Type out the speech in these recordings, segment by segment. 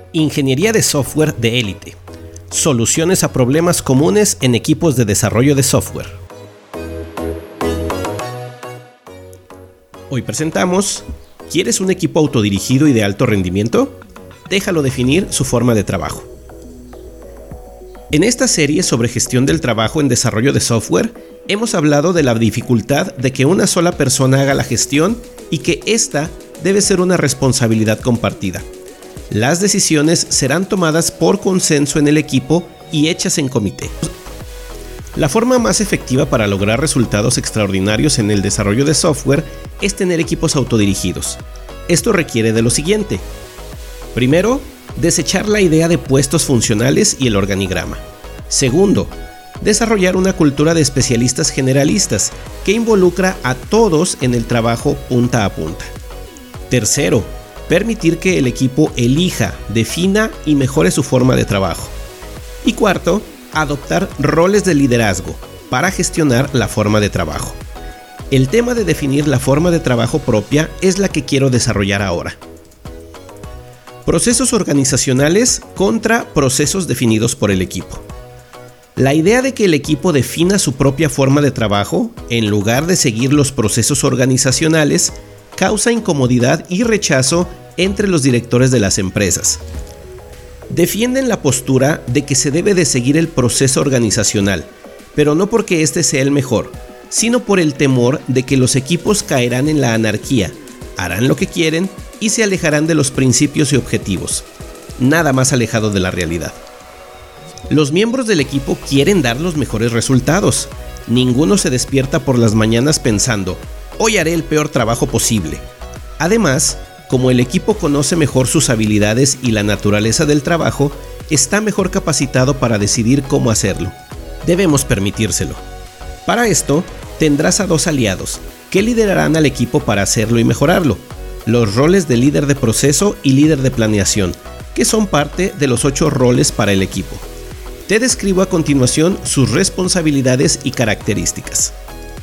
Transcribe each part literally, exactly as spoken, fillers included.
Ingeniería de software de élite. Soluciones a problemas comunes en equipos de desarrollo de software. Hoy presentamos: ¿quieres un equipo autodirigido y de alto rendimiento? Déjalo definir su forma de trabajo. En esta serie sobre gestión del trabajo en desarrollo de software, hemos hablado de la dificultad de que una sola persona haga la gestión y que esta debe ser una responsabilidad compartida. Las decisiones serán tomadas por consenso en el equipo y hechas en comité. La forma más efectiva para lograr resultados extraordinarios en el desarrollo de software es tener equipos autodirigidos. Esto requiere de lo siguiente. Primero, desechar la idea de puestos funcionales y el organigrama. Segundo, desarrollar una cultura de especialistas generalistas que involucra a todos en el trabajo punta a punta. Tercero, permitir que el equipo elija, defina y mejore su forma de trabajo. Y cuarto, adoptar roles de liderazgo para gestionar la forma de trabajo. El tema de definir la forma de trabajo propia es la que quiero desarrollar ahora. Procesos organizacionales contra procesos definidos por el equipo. La idea de que el equipo defina su propia forma de trabajo, en lugar de seguir los procesos organizacionales, causa incomodidad y rechazo entre los directores de las empresas. Defienden la postura de que se debe de seguir el proceso organizacional, pero no porque este sea el mejor, sino por el temor de que los equipos caerán en la anarquía, harán lo que quieren y se alejarán de los principios y objetivos. Nada más alejado de la realidad. Los miembros del equipo quieren dar los mejores resultados. Ninguno se despierta por las mañanas pensando: hoy haré el peor trabajo posible. Además, como el equipo conoce mejor sus habilidades y la naturaleza del trabajo, está mejor capacitado para decidir cómo hacerlo. Debemos permitírselo. Para esto, tendrás a dos aliados, que liderarán al equipo para hacerlo y mejorarlo: los roles de líder de proceso y líder de planeación, que son parte de los ocho roles para el equipo. Te describo a continuación sus responsabilidades y características.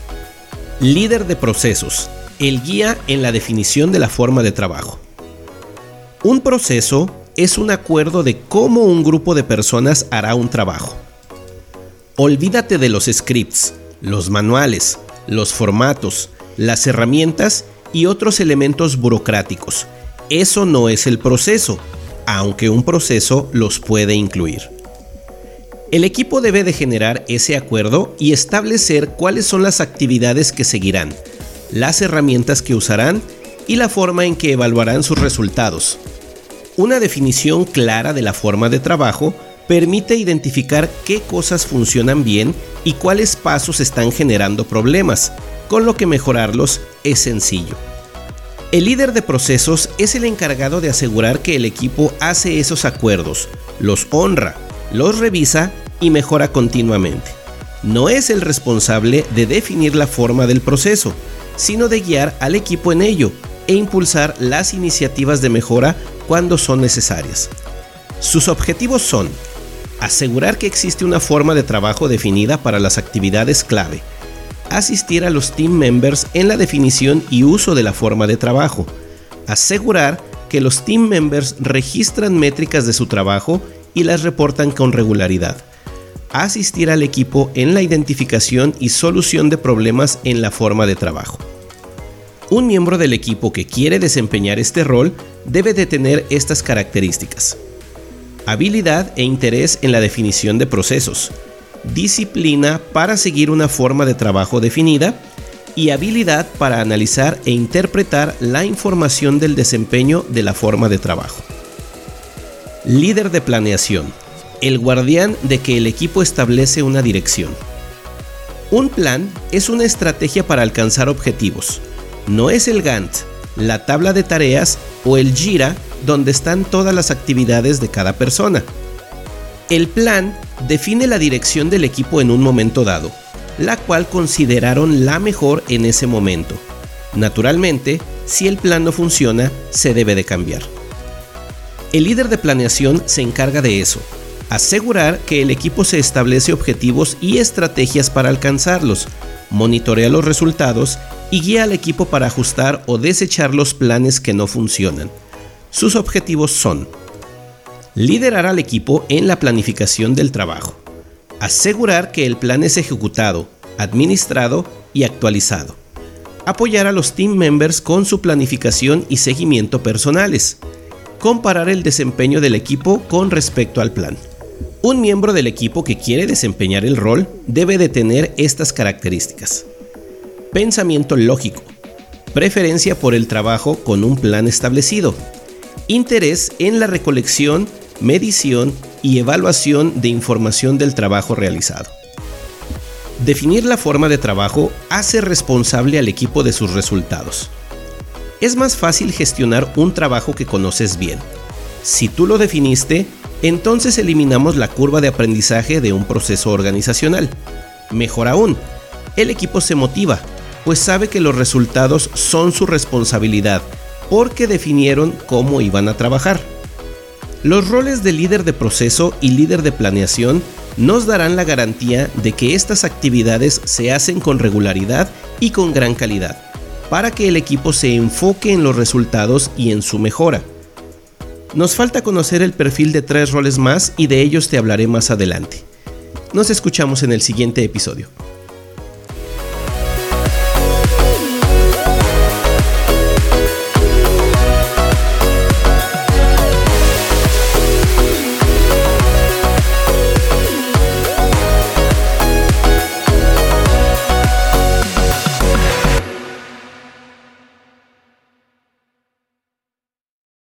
Líder de procesos. El guía en la definición de la forma de trabajo. Un proceso es un acuerdo de cómo un grupo de personas hará un trabajo. Olvídate de los scripts, los manuales, los formatos, las herramientas y otros elementos burocráticos. Eso no es el proceso, aunque un proceso los puede incluir. El equipo debe de generar ese acuerdo y establecer cuáles son las actividades que seguirán, las herramientas que usarán y la forma en que evaluarán sus resultados. Una definición clara de la forma de trabajo permite identificar qué cosas funcionan bien y cuáles pasos están generando problemas, con lo que mejorarlos es sencillo. El líder de procesos es el encargado de asegurar que el equipo hace esos acuerdos, los honra, los revisa y mejora continuamente. No es el responsable de definir la forma del proceso, sino de guiar al equipo en ello e impulsar las iniciativas de mejora cuando son necesarias. Sus objetivos son: asegurar que existe una forma de trabajo definida para las actividades clave, asistir a los team members en la definición y uso de la forma de trabajo, asegurar que los team members registran métricas de su trabajo y las reportan con regularidad, asistir al equipo en la identificación y solución de problemas en la forma de trabajo. Un miembro del equipo que quiere desempeñar este rol debe de tener estas características: habilidad e interés en la definición de procesos, disciplina para seguir una forma de trabajo definida y habilidad para analizar e interpretar la información del desempeño de la forma de trabajo. Líder de planeación. El guardián de que el equipo establece una dirección. Un plan es una estrategia para alcanzar objetivos. No es el Gantt, la tabla de tareas o el Jira donde están todas las actividades de cada persona. El plan define la dirección del equipo en un momento dado, la cual consideraron la mejor en ese momento. Naturalmente, si el plan no funciona, se debe de cambiar. El líder de planeación se encarga de eso: asegurar que el equipo se establece objetivos y estrategias para alcanzarlos, monitorea los resultados y guía al equipo para ajustar o desechar los planes que no funcionan. Sus objetivos son: Liderar al equipo en la planificación del trabajo. Asegurar que el plan es ejecutado, administrado y actualizado. Apoyar a los team members con su planificación y seguimiento personales. Comparar el desempeño del equipo con respecto al plan. Un miembro del equipo que quiere desempeñar el rol debe de tener estas características. Pensamiento lógico. Preferencia por el trabajo con un plan establecido. Interés en la recolección, medición y evaluación de información del trabajo realizado. Definir la forma de trabajo hace responsable al equipo de sus resultados. Es más fácil gestionar un trabajo que conoces bien. Si tú lo definiste, entonces eliminamos la curva de aprendizaje de un proceso organizacional. Mejor aún, el equipo se motiva, pues sabe que los resultados son su responsabilidad, porque definieron cómo iban a trabajar. Los roles de líder de proceso y líder de planeación nos darán la garantía de que estas actividades se hacen con regularidad y con gran calidad, para que el equipo se enfoque en los resultados y en su mejora. Nos falta conocer el perfil de tres roles más y de ellos te hablaré más adelante. Nos escuchamos en el siguiente episodio.